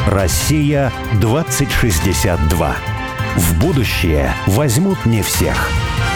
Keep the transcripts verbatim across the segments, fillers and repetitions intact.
Россия двадцать шестьдесят два. В будущее возьмут не всех.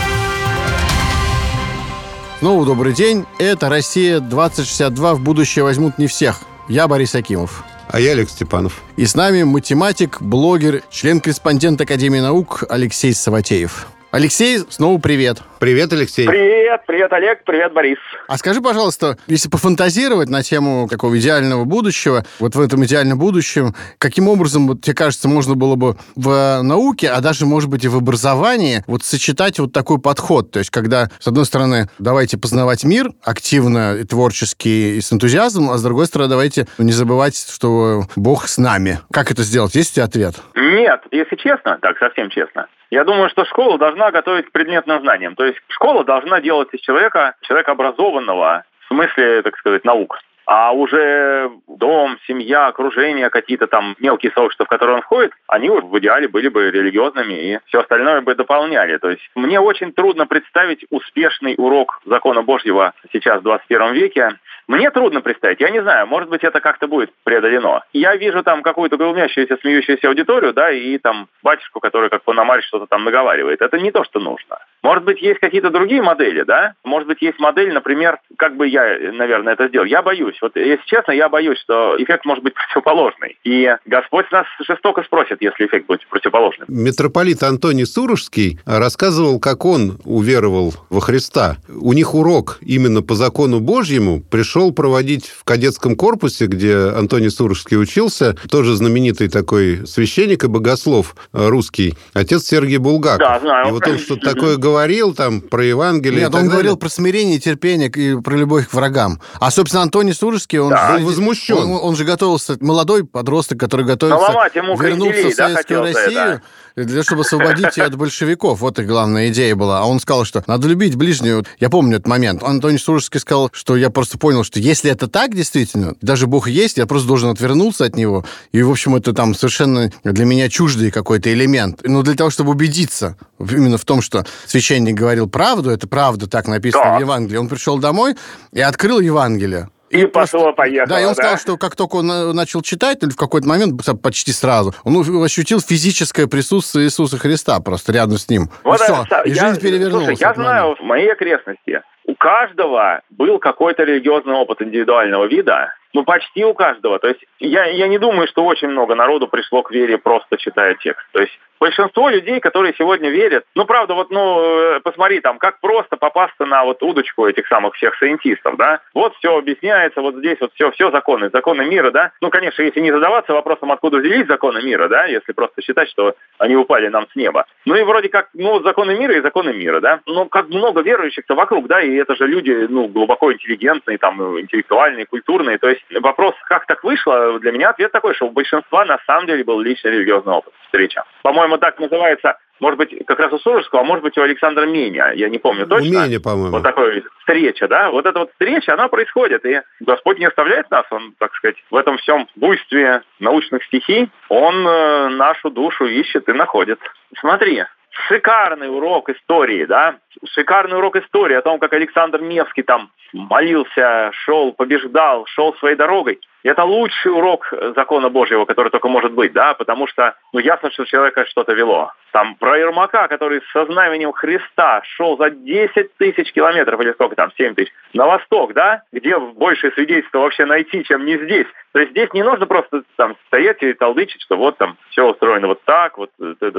Снова добрый день. Это «Россия двадцать шестьдесят два. В будущее возьмут не всех». Я Борис Акимов. А я Олег Степанов. И с нами математик, блогер, член-корреспондент Академии наук Алексей Саватеев. Алексей, снова привет. Привет, Алексей. Привет, привет, Олег, привет, Борис. А скажи, пожалуйста, если пофантазировать на тему такого идеального будущего, вот в этом идеальном будущем, каким образом, вот, тебе кажется, можно было бы в науке, а даже, может быть, и в образовании, вот сочетать вот такой подход? То есть, когда, с одной стороны, давайте познавать мир активно и творчески, и с энтузиазмом, а с другой стороны, давайте не забывать, что Бог с нами. Как это сделать? Есть у тебя ответ? Нет, если честно, так, совсем честно, я думаю, что школа должна готовить к предметным знаниям. То есть школа должна делать из человека человека образованного, в смысле, так сказать, наук. А уже дом, семья, окружение, какие-то там мелкие сообщества, в которые он входит, они уже в идеале были бы религиозными и все остальное бы дополняли. То есть мне очень трудно представить успешный урок закона Божьего сейчас в двадцать первом веке. Мне трудно представить, я не знаю, может быть, это как-то будет преодолено. Я вижу там какую-то глумящуюся, смеющуюся аудиторию, да, и там батюшку, который как Пономарь что-то там наговаривает. Это не то, что нужно. Может быть, есть какие-то другие модели, да? Может быть, есть модель, например, как бы я, наверное, это сделал. Я боюсь. Вот, если честно, я боюсь, что эффект может быть противоположный. И Господь нас жестоко спросит, если эффект будет противоположным. Митрополит Антоний Сурожский рассказывал, как он уверовал во Христа. У них урок именно по закону Божьему пришел проводить в кадетском корпусе, где Антоний Сурожский учился, тоже знаменитый такой священник и богослов русский, отец Сергий Булгаков. Да, знаю. И вот он что-то такое говорил там про Евангелие. Нет, он говорил про смирение, терпение и про любовь к врагам. А, собственно, Антоний Сурожский, он да, был возмущен. Он, он же готовился, молодой подросток, который готовится ему вернуться кренделей, в Советскую да, Россию, да? Для чтобы освободить ее от большевиков. Вот и главная идея была. А он сказал, что надо любить ближнего. Я помню этот момент. Антоний Сурожский сказал, что я просто понял, что если это так действительно, даже Бог есть, я просто должен отвернуться от него. И, в общем, это там совершенно для меня чуждый какой-то элемент. Но для того, чтобы убедиться именно в том, что священник говорил правду, это правда, так написано да. в Евангелии, он пришел домой и открыл Евангелие. И, и пошло-поехало, да, и он да? сказал, что как только он начал читать, или в какой-то момент, почти сразу, он ощутил физическое присутствие Иисуса Христа просто рядом с ним. Вот и все, это, и я, жизнь перевернулась. Слушай, я знаю, момент. в моей окрестности у каждого был какой-то религиозный опыт индивидуального вида, ну, почти у каждого. То есть я, я не думаю, что очень много народу пришло к вере, просто читая текст. То есть большинство людей, которые сегодня верят, ну, правда, вот, ну, посмотри, там, как просто попасться на вот удочку этих самых всех сcientistов, да? Вот все объясняется, вот здесь вот все, все законы, законы мира, да? Ну, конечно, если не задаваться вопросом, откуда взялись законы мира, да? Если просто считать, что они упали нам с неба. Ну, и вроде как, ну, законы мира и законы мира, да? Ну, как много верующих-то вокруг, да? И это же люди, ну, глубоко интеллигентные, там, интеллектуальные, культурные, то есть вопрос, как так вышло, для меня ответ такой, что у большинства на самом деле был личный религиозный опыт, встреча. По-моему, так называется, может быть, как раз у Сурожского, а может быть, у Александра Меня, я не помню точно. У Меня, по-моему. Вот такая встреча, да, вот эта вот встреча, она происходит, и Господь не оставляет нас, Он, так сказать, в этом всем буйстве научных стихий, Он э, нашу душу ищет и находит. Смотри, шикарный урок истории, да, шикарный урок истории о том, как Александр Невский там молился, шел, побеждал, шел своей дорогой. И это лучший урок закона Божьего, который только может быть, да, потому что, ну, ясно, что человека что-то вело. Там про Ермака, который со знаменем Христа шел за десять тысяч километров, или сколько там, семь тысяч, на восток, да, где больше свидетельства вообще найти, чем не здесь. То есть здесь не нужно просто там стоять и толдычить, что вот там все устроено вот так, вот,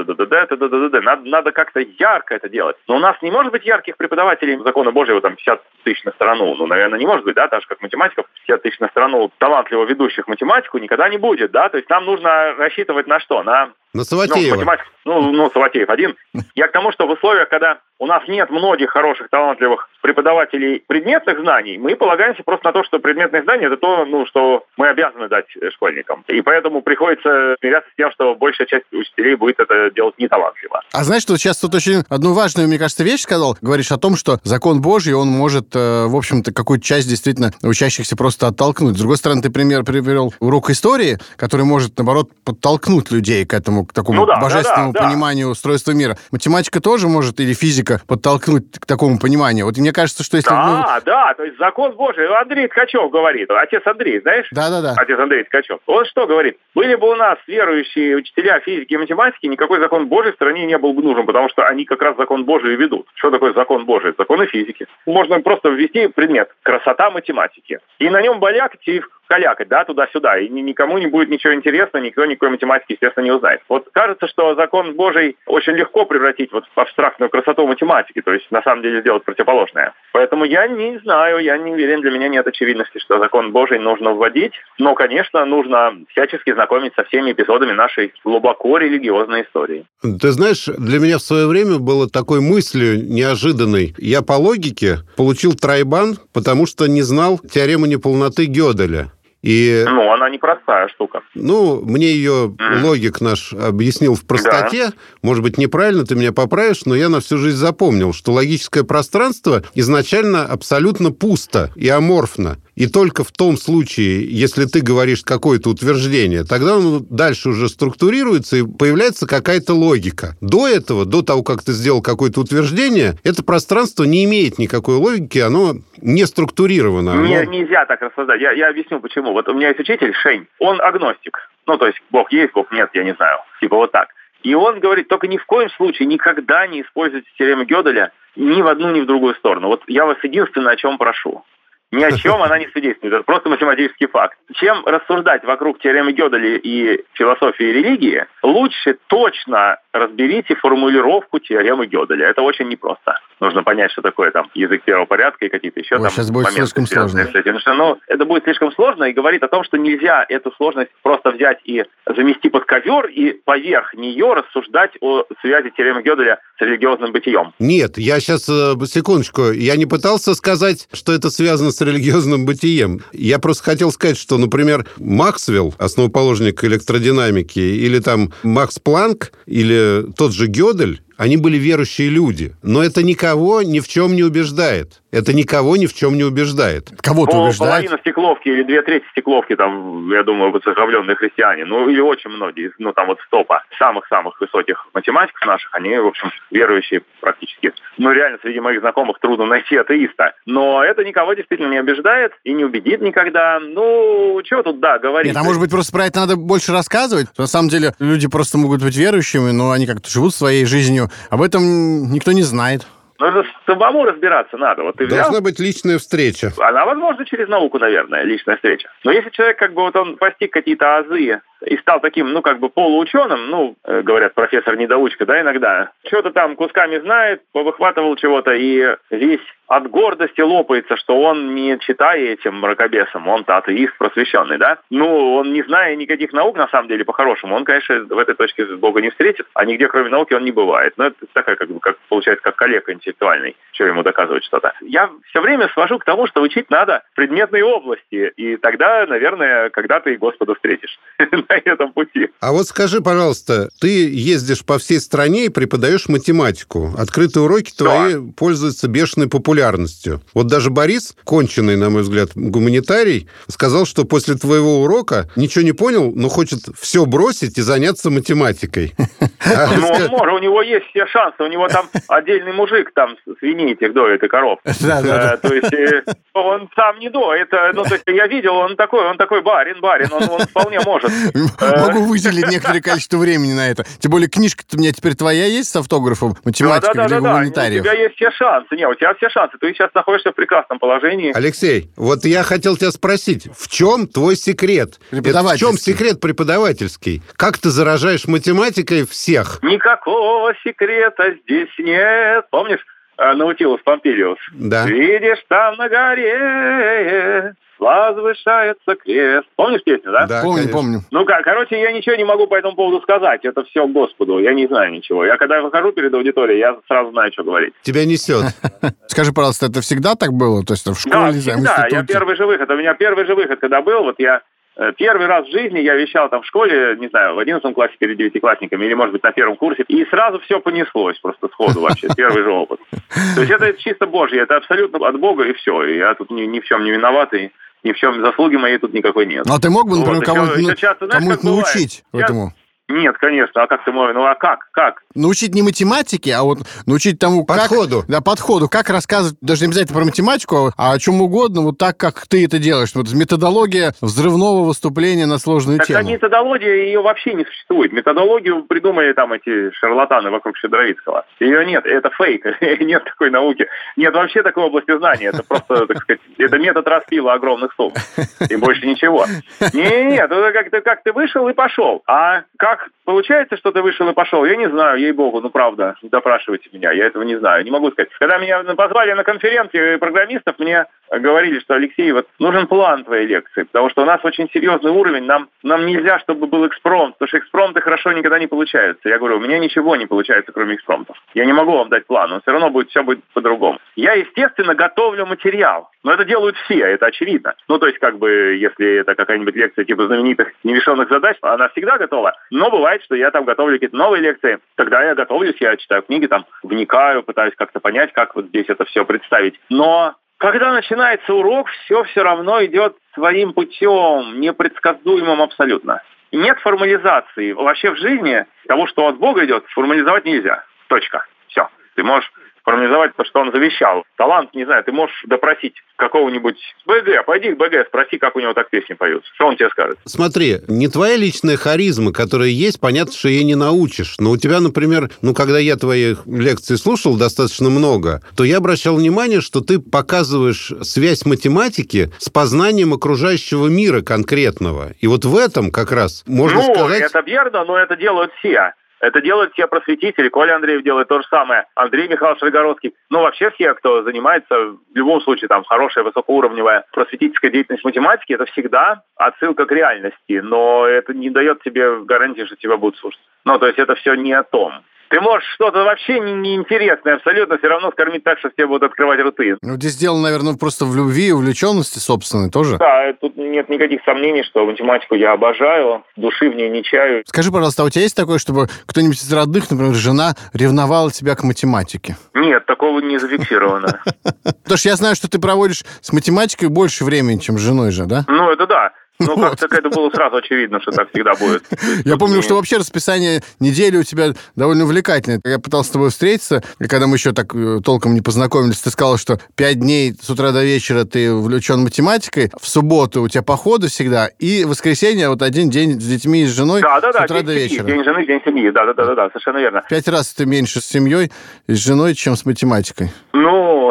надо, надо как-то ярко это делать. Но у нас не может быть ярких преподавателей закона Божьего там пятьдесят тысяч на страну. Ну, наверное, не может быть, да, так же, как математиков, пятьдесят тысяч на страну талантливо ведущих математику никогда не будет, да, то есть нам нужно рассчитывать на что? На... На Саватеева. Ну, математик, ну, ну, Саватеев один. Я к тому, что в условиях, когда у нас нет многих хороших, талантливых преподавателей предметных знаний, мы полагаемся просто на то, что предметные знания – это то, ну, что мы обязаны дать школьникам. И поэтому приходится смиряться с тем, что большая часть учителей будет это делать неталантливо. А знаешь, что сейчас тут очень одну важную, мне кажется, вещь сказал, говоришь о том, что закон Божий, он может, в общем-то, какую-то часть действительно учащихся просто оттолкнуть. С другой стороны, ты пример привел урок истории, который может, наоборот, подтолкнуть людей к этому, к такому ну да, божественному да, да, пониманию да. устройства мира. Математика тоже может, или физика, подтолкнуть к такому пониманию. Вот мне кажется, что если... Да, мы... да, то есть закон Божий. Андрей Ткачев говорит, отец Андрей, знаешь? Да-да-да. Отец Андрей Ткачев. Он что говорит? Были бы у нас верующие учителя физики и математики, никакой закон Божий в стране не был бы нужен, потому что они как раз закон Божий и ведут. Что такое закон Божий? Законы физики. Можно просто ввести предмет «красота математики». И на нем балякать и калякать, да, туда-сюда. И никому не будет ничего интересного, никто никакой математики, естественно, не узнает. Вот кажется, что закон Божий очень легко превратить вот в абстрактную красоту математики, то есть на самом деле сделать противоположное. Поэтому я не знаю, я не уверен, для меня нет очевидности, что закон Божий нужно вводить. Но, конечно, нужно всячески знакомить со всеми эпизодами нашей глубоко религиозной истории. Ты знаешь, для меня в свое время было такой мыслью неожиданной. Я по логике получил тройбан, потому что не знал теорему неполноты Гёделя. И, ну, она непростая штука. Ну, мне ее mm. логик наш объяснил в простоте. Да. Может быть, неправильно, ты меня поправишь, но я на всю жизнь запомнил, что логическое пространство изначально абсолютно пусто и аморфно. И только в том случае, если ты говоришь какое-то утверждение, тогда оно дальше уже структурируется, и появляется какая-то логика. До этого, до того, как ты сделал какое-то утверждение, это пространство не имеет никакой логики, оно не структурировано. Оно... Не, нельзя так рассуждать. Я, я объясню, почему. Вот у меня есть учитель, Шень, он агностик. Ну, то есть, Бог есть, Бог нет, я не знаю. Типа вот так. И он говорит, только ни в коем случае никогда не используйте теорему Гёделя ни в одну, ни в другую сторону. Вот я вас единственное, о чем прошу. Ни о чем она не свидетельствует. Это просто математический факт. Чем рассуждать вокруг теоремы Гёделя и философии религии, лучше точно разберите формулировку теоремы Гёделя. Это очень непросто. Нужно понять, что такое там язык первого порядка и какие-то еще Ой, там сейчас будет моменты, слишком сложно. С этим. Но это будет слишком сложно и говорит о том, что нельзя эту сложность просто взять и замести под ковер и поверх нее рассуждать о связи теоремы Гёделя с религиозным бытием. Нет, я сейчас, секундочку, я не пытался сказать, что это связано с религиозным бытием. Я просто хотел сказать, что, например, Максвелл, основоположник электродинамики, или там Макс Планк, или тот же Гёдель, они были верующие люди. Но это никого ни в чем не убеждает. Это никого ни в чем не убеждает. Кого-то ну, убеждает? Половина стекловки или две трети стекловки, там, я думаю, высокообразованные христиане, ну, или очень многие, ну, там вот стопа самых-самых высоких математиков наших, они, в общем, верующие практически. Ну, реально, среди моих знакомых трудно найти атеиста. Но это никого действительно не убеждает и не убедит никогда. Ну, чего тут, да, говорить. Нет, а может быть, просто про это надо больше рассказывать? На самом деле, люди просто могут быть верующими, но они как-то живут своей жизнью. Об этом никто не знает. Ну, это самому разбираться надо. Вот ты Должна взял... быть личная встреча. Она, возможно, через науку, наверное, личная встреча. Но если человек, как бы, вот он постиг какие-то азы и стал таким, ну, как бы, полуученым, ну, э, говорят, профессор-недоучка, да, иногда, что-то там кусками знает, повыхватывал чего-то, и весь от гордости лопается, что он не читая этим мракобесом, он-то атеист просвещенный, да? Ну, он, не зная никаких наук, на самом деле, по-хорошему, он, конечно, в этой точке Бога не встретит, а нигде, кроме науки, он не бывает. Но это такая, как бы, как, получается, как калека интеллектуальный, что ему доказывать что-то. Я все время свожу к тому, что учить надо в предметной области, и тогда, наверное, когда-то и Господа встретишь на этом пути. А вот скажи, пожалуйста, ты ездишь по всей стране и преподаешь математику. Открытые уроки твои да. пользуются бешеной популярностью. Вот даже Борис, конченый, на мой взгляд, гуманитарий, сказал, что после твоего урока ничего не понял, но хочет все бросить и заняться математикой. Ну, он может, у него есть все шансы, у него там отдельный мужик там свиней этих доит и коров. То есть он сам не доит. Ну, то есть я видел, он такой, он такой барин, барин, он вполне может. Могу выделить некоторое количество времени на это. Тем более книжка-то у меня теперь твоя есть с автографом математика для гуманитариев? У тебя есть все шансы. Не, у тебя все шансы. Ты сейчас находишься в прекрасном положении. Алексей, вот я хотел тебя спросить, в чем твой секрет? В чем секрет преподавательский? Как ты заражаешь математикой всех? Никакого секрета здесь нет. Помнишь Наутилус Помпилиус? Да. Видишь, там на горе возвышается крест. Помнишь песню, да? Да, помню, конечно. помню. Ну, как, короче, я ничего не могу по этому поводу сказать. Это все Господу. Я не знаю ничего. Я когда выхожу перед аудиторией, я сразу знаю, что говорить. Тебя несет. Скажи, пожалуйста, это всегда так было? То есть в школе, да, в всегда. институте? Я первый же выход. У меня первый же выход, когда был, вот я Первый раз в жизни я вещал там в школе, не знаю, в одиннадцатом классе перед девятиклассниками или, может быть, на первом курсе, и сразу все понеслось просто сходу вообще, первый же опыт. То есть это чисто Божье, это абсолютно от Бога, и все. И я тут ни, ни в чем не виноват, и ни в чем заслуги моей тут никакой нет. Ну, а ты мог бы, например, вот, кому-нибудь, еще, часто, знаешь, кому-нибудь научить бывает? этому? Нет, конечно. А как ты можешь? Ну, а как? Как? Научить не математике, а вот научить тому, подходу. Как... Да, подходу. Как рассказывать, даже не обязательно про математику, а о чем угодно, вот так, как ты это делаешь. Вот методология взрывного выступления на сложную так, тему. Так методология, ее вообще не существует. Методологию придумали там эти шарлатаны вокруг Щедровицкого. Ее нет, это фейк. Нет такой науки. Нет вообще такой области знания. Это просто, так сказать, это метод распила огромных сумм. И больше ничего. Нет, это как ты, как ты вышел и пошел. А как Как получается, что ты вышел и пошел? Я не знаю, ей-богу, ну правда, не допрашивайте меня, я этого не знаю, не могу сказать. Когда меня позвали на конференцию программистов, мне говорили, что, Алексей, вот нужен план твоей лекции, потому что у нас очень серьезный уровень, нам, нам нельзя, чтобы был экспромт, потому что экспромты хорошо никогда не получаются. Я говорю, у меня ничего не получается, кроме экспромтов. Я не могу вам дать план, но все равно будет, все будет по-другому. Я, естественно, готовлю материал, но это делают все, это очевидно. Ну, то есть, как бы, если это какая-нибудь лекция типа знаменитых нерешенных задач, она всегда готова. Но бывает, что я там готовлю какие-то новые лекции. Тогда я готовлюсь, я читаю книги, там, вникаю, пытаюсь как-то понять, как вот здесь это все представить. Но когда начинается урок, все все равно идет своим путем, непредсказуемым абсолютно. Нет формализации. Вообще в жизни того, что от Бога идет, формализовать нельзя. Точка. Все. Ты можешь формализовать то, что он завещал. Талант, не знаю, ты можешь допросить какого-нибудь БГ, пойди к БГ, спроси, как у него так песни поются. Что он тебе скажет? Смотри, не твоя личная харизма, которая есть, понятно, что ей не научишь. Но у тебя, например, ну, когда я твои лекции слушал достаточно много, то я обращал внимание, что ты показываешь связь математики с познанием окружающего мира конкретного. И вот в этом как раз можно ну, сказать... Ну, это верно, но это делают все. Это делают все просветители. Коля Андреев делает то же самое. Андрей Михайлович Рогородский. Ну, вообще все, кто занимается, в любом случае, там, хорошая, высокоуровневая просветительская деятельность математики, это всегда отсылка к реальности. Но это не дает тебе гарантии, что тебя будут слушать. Ну, то есть это все не о том. Ты можешь что-то вообще неинтересное абсолютно все равно скормить так, что все будут открывать рты. Ну, здесь дело, наверное, просто в любви и увлеченности собственной тоже. Да, тут нет никаких сомнений, что математику я обожаю, души в ней не чаю. Скажи, пожалуйста, а у тебя есть такое, чтобы кто-нибудь из родных, например, жена, ревновала тебя к математике? Нет, такого не зафиксировано. Потому что я знаю, что ты проводишь с математикой больше времени, чем с женой же, да? Ну, это да. Ну, вот. Как-то это было сразу очевидно, что так всегда будет. Я помню, что вообще расписание недели у тебя довольно увлекательное. Я пытался с тобой встретиться, и когда мы еще так толком не познакомились, ты сказал, что пять дней с утра до вечера ты увлечен математикой, в субботу у тебя походы всегда, и в воскресенье вот один день с детьми и с женой да, да, с утра да, до вечера. День жены, день семьи, да-да-да, совершенно верно. Пять раз ты меньше с семьей и с женой, чем с математикой. Ну,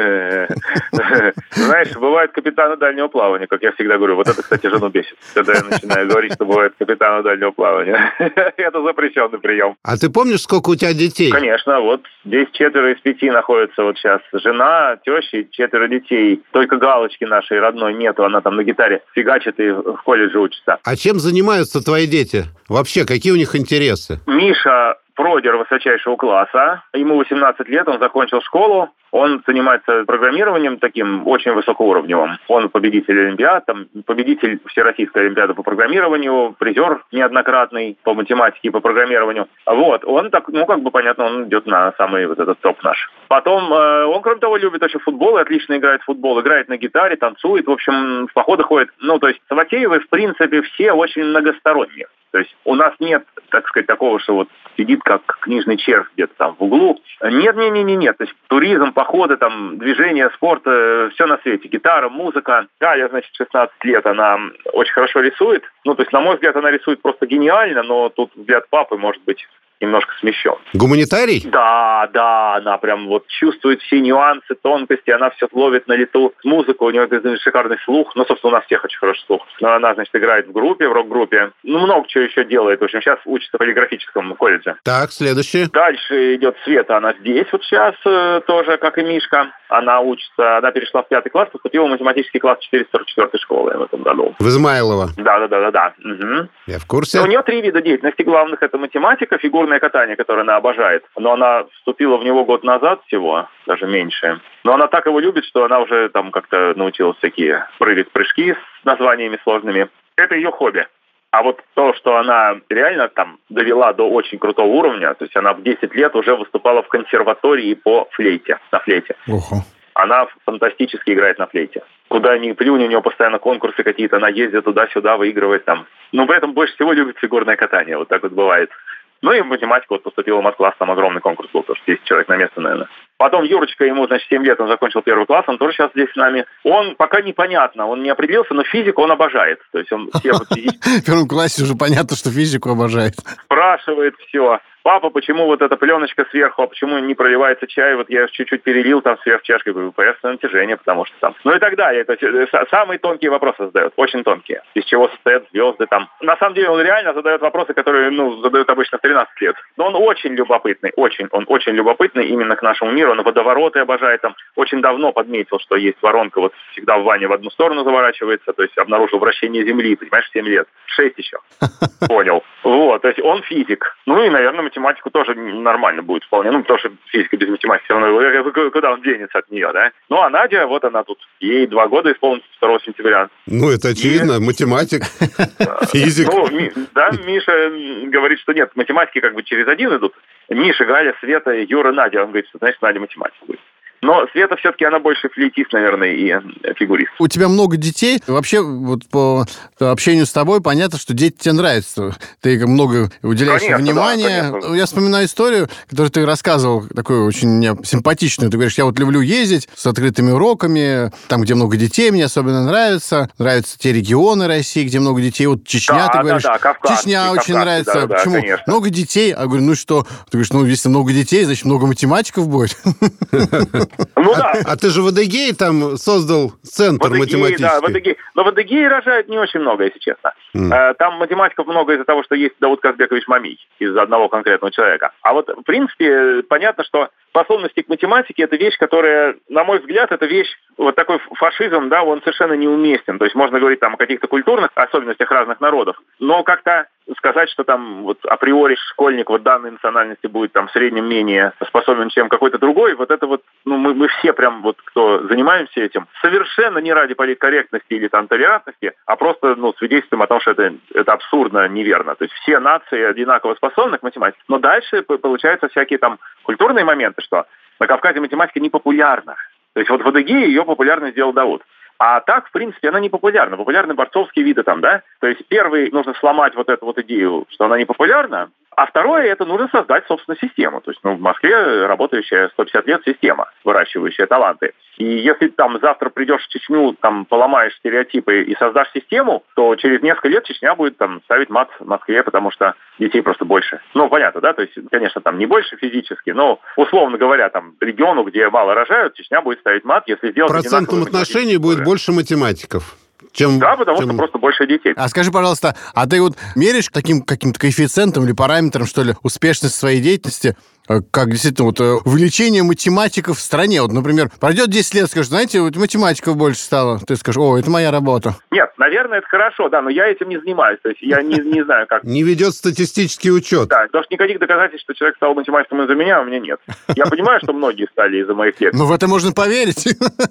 знаешь, бывают капитаны дальнего плавания, как я всегда говорю. Вот это, кстати, жену бесит, когда я начинаю говорить, что бывает капитаны дальнего плавания. Это запрещенный прием. А ты помнишь, сколько у тебя детей? Конечно, вот здесь четверо из пяти находятся вот сейчас. Жена, теща и четверо детей. Только Галочки нашей родной нету, она там на гитаре фигачит и в колледже учится. А чем занимаются твои дети? Вообще, какие у них интересы? Миша продер высочайшего класса. Ему восемнадцать лет, он закончил школу. Он занимается программированием таким очень высокоуровневым. Он победитель Олимпиад, там, победитель Всероссийской Олимпиады по программированию, призер неоднократный по математике и по программированию. Вот, он так, ну, как бы понятно, он идет на самый вот этот топ наш. Потом э, он, кроме того, любит очень футбол и отлично играет в футбол. Играет на гитаре, танцует, в общем, в походы ходит. Ну, то есть Саватеевы, в принципе, все очень многосторонние. То есть у нас нет, так сказать, такого, что вот сидит как книжный червь где-то там в углу. Нет, нет, нет, нет. То есть туризм, походы, там, движение, спорт, э, все на свете. Гитара, музыка. Галя, значит, шестнадцать лет, она очень хорошо рисует. Ну, то есть, на мой взгляд, она рисует просто гениально, но тут взгляд папы может быть немножко смещен. Гуманитарий? Да, да, она прям вот чувствует все нюансы, тонкости, она все ловит на лету. Музыка, у нее шикарный слух. Ну, собственно, у нас всех очень хороший слух. Но она, значит, играет в группе, в рок-группе. Ну, много чего еще делает. В общем, сейчас учится в полиграфическом колледже. Так, следующее. Дальше идет Света, она здесь вот сейчас э, тоже, как и Мишка. Она учится, она перешла в пятый класс, поступила в математический класс четыреста сорок четвёртой школы в этом году. В Измайлово? Да-да-да-да. Угу. Я в курсе. Но у нее три вида деятельности главных. Это математика, фигурное катание, которое она обожает. Но она вступила в него год назад всего, даже меньше. Но она так его любит, что она уже там как-то научилась всякие прыгать прыжки с названиями сложными. это ее хобби. А вот то, что она реально там довела до очень крутого уровня, то есть она в десять лет уже выступала в консерватории по флейте, на флейте. Ого. Она фантастически играет на флейте. Куда ни плюнь, у нее постоянно конкурсы какие-то, она ездит туда-сюда, выигрывает там. Но при этом больше всего любит фигурное катание, вот так вот бывает. Ну и в математику вот поступила в мат-класс, там огромный конкурс был, потому что десять человек на место, наверное. Потом Юрочка, ему, значит, семь лет, он закончил первый класс, он тоже сейчас здесь с нами. Он пока непонятно, он не определился, но физику он обожает. То есть он все вот физически... В первом классе уже понятно, что физику обожает. Спрашивает все. Папа, почему вот эта пленочка сверху, а почему не проливается чай? Вот я чуть-чуть перелил там сверх чашкой, говорю, поверхностное натяжение, потому что там... Ну и так далее. Это самые тонкие вопросы задает, очень тонкие. Из чего состоят звезды там. На самом деле он реально задает вопросы, которые, ну, задают обычно в тринадцать лет. Но он очень любопытный, очень, он очень любопытный именно к нашему миру. Он водовороты обожает там. Очень давно подметил, что есть воронка, вот всегда в ванне в одну сторону заворачивается, то есть обнаружил вращение Земли, понимаешь, семь лет. шесть еще. Понял. Вот, то есть он физик. Ну и, наверное, математику тоже нормально будет вполне. Ну, потому что физика без математики все равно, куда он денется от нее, да? Ну, а Надя, вот она тут, ей два года исполнится второго сентября. Ну, это очевидно, и... математик, физик. Ну, да, Миша говорит, что нет, математики как бы через один идут. Миша, Галя, Света, Юра, Надя. Он говорит, что, значит, Надя математик будет. Но Света все-таки, она больше флейтист, наверное, и фигурист. У тебя много детей. Вообще, вот по общению с тобой понятно, что дети тебе нравятся. Ты много уделяешь конечно, внимания. Да, я вспоминаю историю, которую ты рассказывал, такую очень мне симпатичную. Ты говоришь, я вот люблю ездить с открытыми уроками, там, где много детей, мне особенно нравится. Нравятся те регионы России, где много детей. Вот Чечня, да, ты говоришь. Да, да, Кавказ, Чечня Кавказ, очень нравится. Да, Почему? Да, конечно. Много детей. А я говорю, ну что? Ты говоришь, ну, если много детей, значит, много математиков будет. Ну да. А, а ты же в Адыгее там создал центр в Адыгее, математический. Да, в Адыгее. Но в Адыгее рожают не очень много, если честно. Mm. Там математиков много из-за того, что есть Дауд Казбекович Мамий, из-за одного конкретного человека. А вот, в принципе, понятно, что способности к математике – это вещь, которая, на мой взгляд, это вещь, вот такой фашизм, да, он совершенно неуместен. То есть можно говорить там о каких-то культурных особенностях разных народов, но как-то сказать, что там вот априори школьник вот данной национальности будет там в среднем менее способен, чем какой-то другой, вот это вот, ну, мы, мы все прям вот, кто занимаемся этим, совершенно не ради политкорректности или там толерантности, а просто, ну, свидетельствуем о том, что это, это абсурдно неверно. То есть все нации одинаково способны к математике, но дальше получаются всякие там культурные моменты, что на Кавказе математика не популярна. То есть вот в Адыгее ее популярно сделал Дауд. А так, в принципе, она не популярна. Популярны борцовские виды там, да? То есть первый, нужно сломать вот эту вот идею, что она не популярна, а второе, это нужно создать, собственно, систему. То есть, ну, в Москве работающая сто пятьдесят лет система, выращивающая таланты. И если там завтра придешь в Чечню, там поломаешь стереотипы и создашь систему, то через несколько лет Чечня будет там ставить мат в Москве, потому что детей просто больше. Ну, понятно, да? То есть, конечно, там не больше физически, но, условно говоря, там региону, где мало рожают, Чечня будет ставить мат, если сделать... В процентном отношении будет больше математиков. Чем, да, потому чем... что просто больше детей. А скажи, пожалуйста, а ты вот меряешь таким каким-то коэффициентом или параметром, что ли, успешность своей деятельности, как действительно вот увеличение математиков в стране? Вот, например, пройдет десять лет, скажешь, знаете, вот математиков больше стало. Ты скажешь, о, это моя работа. Нет, наверное, это хорошо, да, но я этим не занимаюсь. То есть я не, не знаю, как... Не ведет статистический учет. Да, потому что никаких доказательств, что человек стал математиком из-за меня, у меня нет. Я понимаю, что многие стали из-за моих лекций. Ну, в это можно поверить.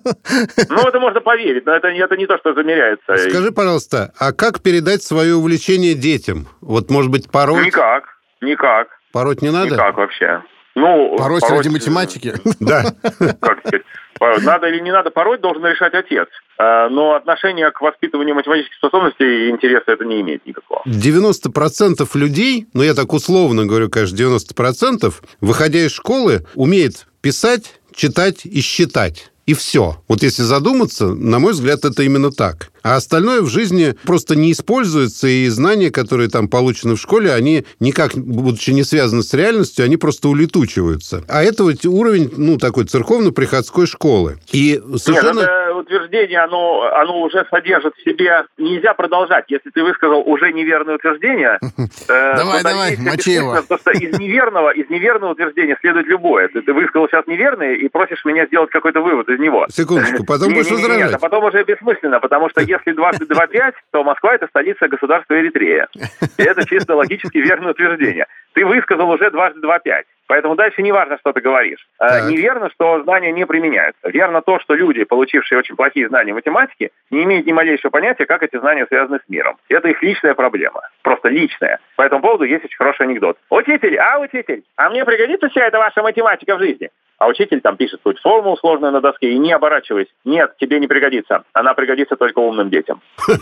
Ну, в это можно поверить, но это, это не то, что замеряется. Скажи, пожалуйста, а как передать свое увлечение детям? Вот, может быть, пороть? Никак, никак. Пороть не надо? Никак вообще. Ну, пороть, пороть ради математики? Да. Как сказать, надо или не надо пороть, должен решать отец. Но отношение к воспитыванию математических способностей и интереса это не имеет никакого. девяносто процентов людей, ну я так условно говорю, конечно, девяносто процентов, выходя из школы, умеет писать, читать и считать. И все. Вот если задуматься, на мой взгляд, это именно так. А остальное в жизни просто не используется, и знания, которые там получены в школе, они никак, будучи не связаны с реальностью, они просто улетучиваются. А это вот уровень, ну, такой церковно-приходской школы. И совершенно... Нет, это утверждение, оно, оно уже содержит в себе... Нельзя продолжать. Если ты высказал уже неверное утверждение... Давай, давай, мочи его. Потому что из неверного, из неверного утверждения следует любое. Ты высказал сейчас неверное и просишь меня сделать какой-то вывод из него. Секундочку, потом будешь возражать. Нет, а потом уже бессмысленно, потому что если двадцать два пять, то Москва – это столица государства Эритрея. И это чисто логически верное утверждение. Ты высказал уже дважды два пять. Поэтому дальше не важно, что ты говоришь. Так. Неверно, что знания не применяются. Верно то, что люди, получившие очень плохие знания математики, не имеют ни малейшего понятия, как эти знания связаны с миром. Это их личная проблема. Просто личная. По этому поводу есть очень хороший анекдот. Учитель, а учитель, а мне пригодится вся эта ваша математика в жизни? А учитель там пишет какую-то формулу сложную на доске и не оборачиваясь. Нет, тебе не пригодится. Она пригодится только умным детям.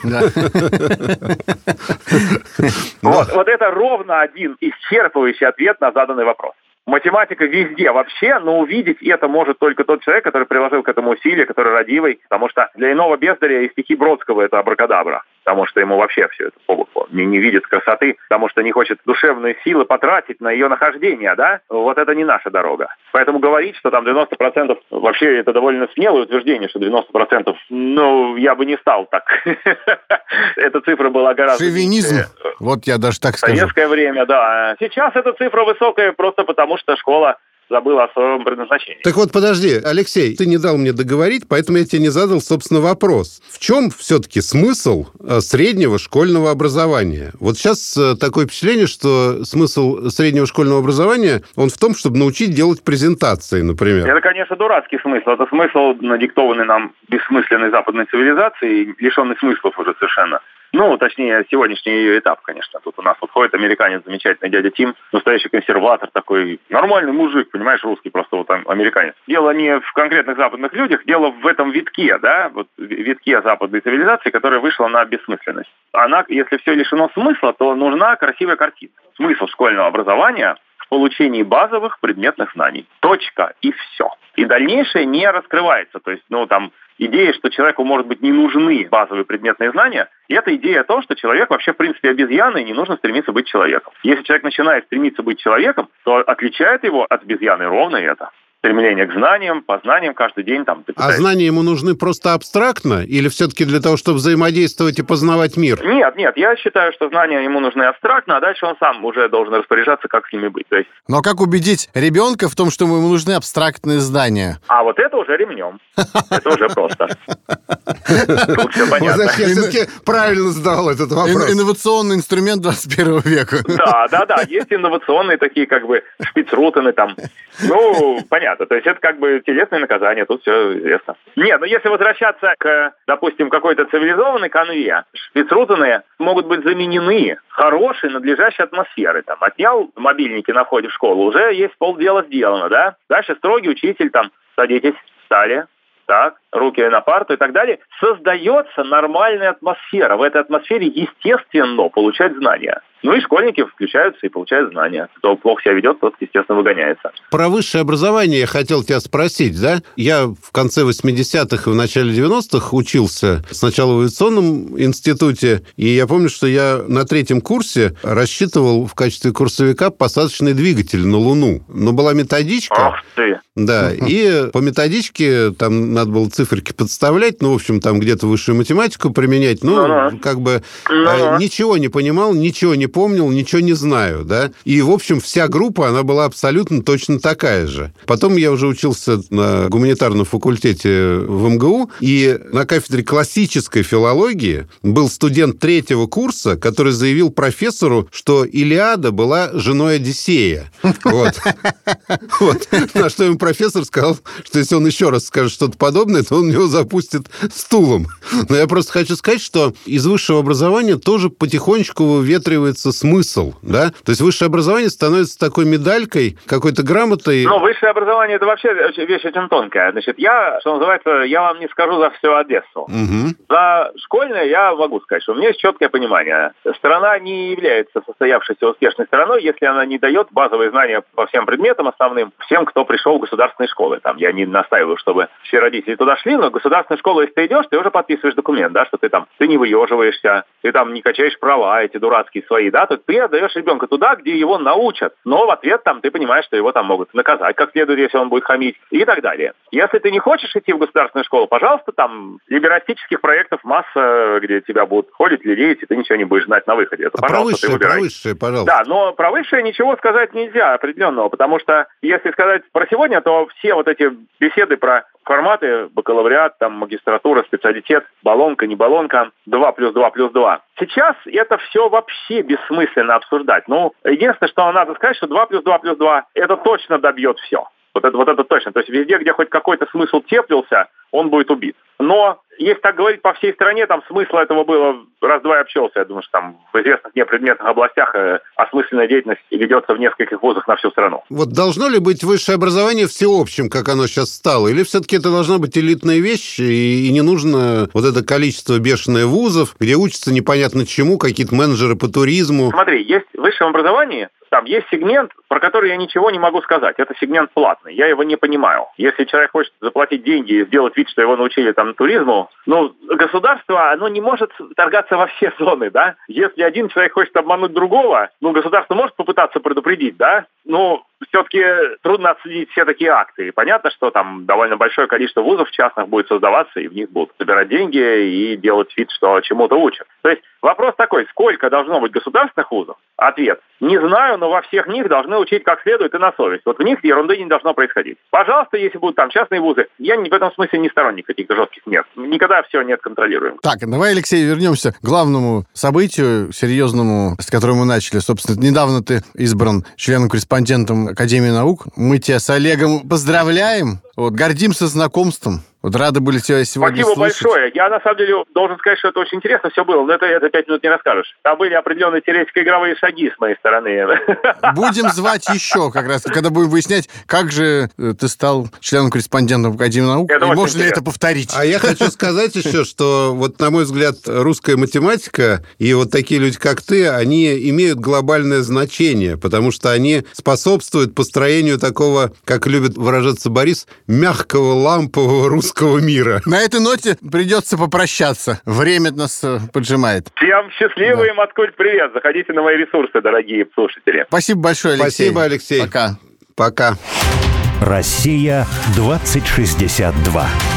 Вот это ровно один исчерпывающий ответ на заданный вопрос. Математика везде вообще, но увидеть это может только тот человек, который приложил к этому усилия, который родивый, потому что для иного бездаря и стихи Бродского это абракадабра, потому что ему вообще все это по боку. Не, не видит красоты, потому что не хочет душевные силы потратить на ее нахождение, да? Вот это не наша дорога. Поэтому говорить, что там девяносто процентов, вообще это довольно смелое утверждение, что девяносто процентов, ну, я бы не стал так. Эта цифра была гораздо... Шовинизм, вот я даже так скажу. В советское время, да. Сейчас эта цифра высокая просто потому, что школа забыла о своем предназначении. Так вот, подожди, Алексей, ты не дал мне договорить, поэтому я тебе не задал, собственно, вопрос. В чем все-таки смысл среднего школьного образования? Вот сейчас такое впечатление, что смысл среднего школьного образования, он в том, чтобы научить делать презентации, например. Это, конечно, дурацкий смысл. Это смысл, надиктованный нам бессмысленной западной цивилизацией, лишенный смыслов уже совершенно. Ну, точнее, сегодняшний ее этап, конечно. Тут у нас вот ходит американец, замечательный дядя Тим, настоящий консерватор такой, нормальный мужик, понимаешь, русский, просто вот американец. Дело не в конкретных западных людях, дело в этом витке, да, вот витке западной цивилизации, которая вышла на бессмысленность. Она, если все лишено смысла, то нужна красивая картинка. Смысл школьного образования в получении базовых предметных знаний. Точка. И все. И дальнейшее не раскрывается. То есть, ну, там, идея, что человеку, может быть, не нужны базовые предметные знания, и это идея о том, что человек вообще, в принципе, обезьяна, и не нужно стремиться быть человеком. Если человек начинает стремиться быть человеком, то отличает его от обезьяны ровно это. Стремление к знаниям, познаниям каждый день. Там, а знания ему нужны просто абстрактно? Или все-таки для того, чтобы взаимодействовать и познавать мир? Нет, нет, я считаю, что знания ему нужны абстрактно, а дальше он сам уже должен распоряжаться, как с ними быть. То есть... Но как убедить ребенка в том, что ему нужны абстрактные знания? А вот это уже ремнем. Это уже просто. Тут все понятно. Я все-таки правильно задал этот вопрос. Инновационный инструмент двадцать первого века. Да, да, да. Есть инновационные такие, как бы, шпицрутены там. Ну, понятно. То есть это как бы телесное наказание, тут все известно. Нет, но если возвращаться к, допустим, какой-то цивилизованной конве, шпицрутены могут быть заменены хорошей, надлежащей атмосферой. Там, отнял мобильники на входе в школу, уже есть полдела сделано, да? Дальше строгий учитель, там, садитесь, встали, так, руки на парту и так далее. Создается нормальная атмосфера. В этой атмосфере естественно получать знания. Ну и школьники включаются и получают знания. Кто плохо себя ведет, тот, естественно, выгоняется. Про высшее образование я хотел тебя спросить, да? Я в конце восьмидесятых и в начале девяностых учился сначала в авиационном институте, и я помню, что я на третьем курсе рассчитывал в качестве курсовика посадочный двигатель на Луну. Но была методичка. Ах ты! Да, и по методичке там надо было циферки подставлять, ну, в общем, там где-то высшую математику применять. Ну, ну как бы ну ничего не понимал, ничего не помнил, ничего не знаю, да. И, в общем, вся группа, она была абсолютно точно такая же. Потом я уже учился на гуманитарном факультете в эм гэ у, и на кафедре классической филологии был студент третьего курса, который заявил профессору, что Илиада была женой Одиссея. Вот. На что ему профессор сказал, что если он еще раз скажет что-то подобное, то он его запустит стулом. Но я просто хочу сказать, что из высшего образования тоже потихонечку выветривается смысл, да? То есть высшее образование становится такой медалькой, какой-то грамотой. Ну, высшее образование – это вообще вещь очень тонкая. Значит, я, что называется, я вам не скажу за всю Одессу. Угу. За школьное я могу сказать, что у меня есть четкое понимание. Страна не является состоявшейся успешной страной, если она не дает базовые знания по всем предметам основным всем, кто пришел в государственные школы. Там я не настаиваю, чтобы все родители туда шли, но в государственную школу, если ты идешь, ты уже подписываешь документ, да, что ты там, ты не выеживаешься, ты там не качаешь права эти дурацкие свои, да, то ты отдаешь ребенка туда, где его научат, но в ответ там ты понимаешь, что его там могут наказать как следует, если он будет хамить и так далее. Если ты не хочешь идти в государственную школу, пожалуйста, там либерастических проектов масса, где тебя будут ходить, лелеять, и ты ничего не будешь знать на выходе. Это, а пожалуйста, про высшее, ты выбирай. Про высшее, пожалуйста. Да, но про высшее ничего сказать нельзя определенного, потому что если сказать про сегодня, то все вот эти беседы про форматы: бакалавриат, там, магистратура, специалитет, баллонка, не баллонка, два плюс два плюс два. Сейчас это все вообще бессмысленно обсуждать. Ну, единственное, что надо сказать, что два плюс два плюс два это точно добьет все. Вот это, вот это точно. То есть везде, где хоть какой-то смысл теплился, он будет убит. Но если так говорить по всей стране, там смысла этого было раз-два и обчелся. Я думаю, что там в известных мне предметных областях э, осмысленная деятельность ведется в нескольких вузах на всю страну. Вот должно ли быть высшее образование всеобщим, как оно сейчас стало? Или все-таки это должна быть элитная вещь, и, и не нужно вот это количество бешеное вузов, где учатся непонятно чему, какие-то менеджеры по туризму? Смотри, есть в высшем образовании, там есть сегмент, про который я ничего не могу сказать. Это сегмент платный. Я его не понимаю. Если человек хочет заплатить деньги и сделать вид, что его научили там туризму, ну, государство, оно не может торгаться во все зоны, да? Если один человек хочет обмануть другого, ну, государство может попытаться предупредить, да? Ну, все-таки трудно отследить все такие акты. И понятно, что там довольно большое количество вузов частных будет создаваться, и в них будут собирать деньги и делать вид, что чему-то учат. То есть вопрос такой: сколько должно быть государственных вузов? Ответ: не знаю, но во всех них должны учить как следует и на совесть. Вот в них ерунды не должно происходить. Пожалуйста, если будут там частные вузы, я в этом смысле не сторонник каких-то жестких мер. Никогда все нет контролируем. Так, давай, Алексей, вернемся к главному событию, серьезному, с которого мы начали. Собственно, недавно ты избран членом-корреспондентом Академии наук. Мы тебя с Олегом поздравляем. Вот, гордимся знакомством. Вот рады были тебя сегодня Спасибо слышать. большое. Я, на самом деле, должен сказать, что это очень интересно все было, но это, это пять минут не расскажешь. Там были определенные теоретико-игровые шаги с моей стороны. Будем звать еще, как раз, когда будем выяснять, как же ты стал членом-корреспондентом Академии наук, это и можно интересно. ли это повторить. А я хочу сказать еще, что, вот, на мой взгляд, русская математика и вот такие люди, как ты, они имеют глобальное значение, потому что они способствуют построению такого, как любит выражаться Борис, мягкого лампового русского мира. На этой ноте придется попрощаться. Время нас э, поджимает. Всем счастливо, да. И Маткульт, привет. Заходите на мои ресурсы, дорогие слушатели. Спасибо большое, Алексей. Спасибо, Алексей. Пока. Пока. Россия двадцать шестьдесят два.